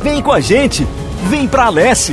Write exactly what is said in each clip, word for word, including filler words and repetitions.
Vem com a gente, vem pra Alesse!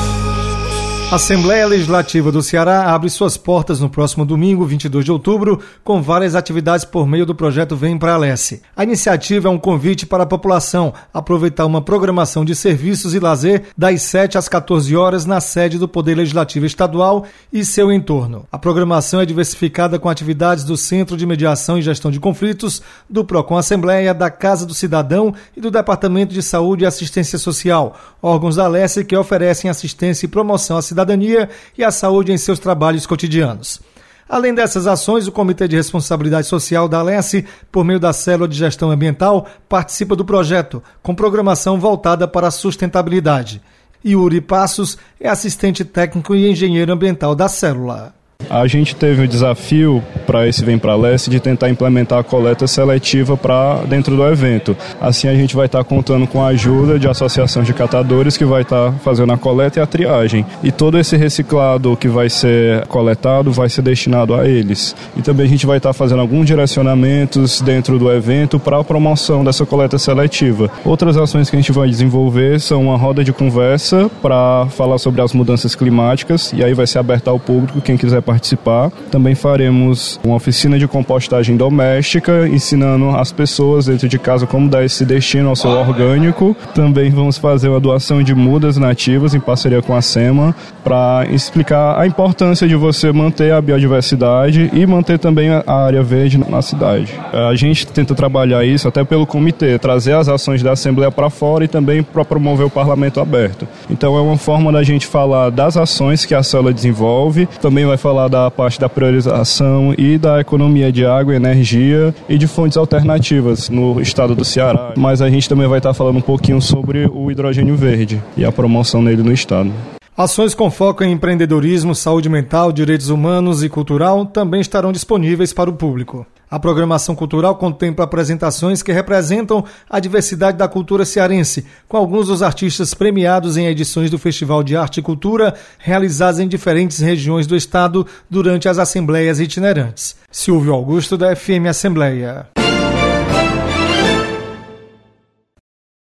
A Assembleia Legislativa do Ceará abre suas portas no próximo domingo, vinte e dois de outubro, com várias atividades por meio do projeto Vem pra Alesse. A iniciativa é um convite para a população aproveitar uma programação de serviços e lazer das sete às quatorze horas na sede do Poder Legislativo Estadual e seu entorno. A programação é diversificada com atividades do Centro de Mediação e Gestão de Conflitos, do Procon Assembleia, da Casa do Cidadão e do Departamento de Saúde e Assistência Social, órgãos da Alesse que oferecem assistência e promoção à cidadania e à saúde em seus trabalhos cotidianos. Além dessas ações, o Comitê de Responsabilidade Social da Alesse, por meio da Célula de Gestão Ambiental, participa do projeto, com programação voltada para a sustentabilidade. Yuri Passos é assistente técnico e engenheiro ambiental da célula. A gente teve o desafio para esse Vem pra Alesse de tentar implementar a coleta seletiva para dentro do evento. Assim a gente vai estar tá contando com a ajuda de associação de catadores que vai estar tá fazendo a coleta e a triagem. E todo esse reciclado que vai ser coletado vai ser destinado a eles. E também a gente vai estar tá fazendo alguns direcionamentos dentro do evento para a promoção dessa coleta seletiva. Outras ações que a gente vai desenvolver são uma roda de conversa para falar sobre as mudanças climáticas, e aí vai ser aberta ao público, quem quiser participar. Também faremos uma oficina de compostagem doméstica, ensinando as pessoas dentro de casa como dar esse destino ao solo orgânico. Também vamos fazer uma doação de mudas nativas em parceria com a SEMA, para explicar a importância de você manter a biodiversidade e manter também a área verde na cidade. A gente tenta trabalhar isso até pelo comitê, trazer as ações da Assembleia para fora e também para promover o parlamento aberto. Então é uma forma da gente falar das ações que a célula desenvolve, também vai falar da parte da priorização e da economia de água e energia e de fontes alternativas no estado do Ceará. Mas a gente também vai estar falando um pouquinho sobre o hidrogênio verde e a promoção dele no estado. Ações com foco em empreendedorismo, saúde mental, direitos humanos e cultural também estarão disponíveis para o público. A programação cultural contempla apresentações que representam a diversidade da cultura cearense, com alguns dos artistas premiados em edições do Festival de Arte e Cultura, realizadas em diferentes regiões do estado durante as assembleias itinerantes. Silvio Augusto, da F M Assembleia.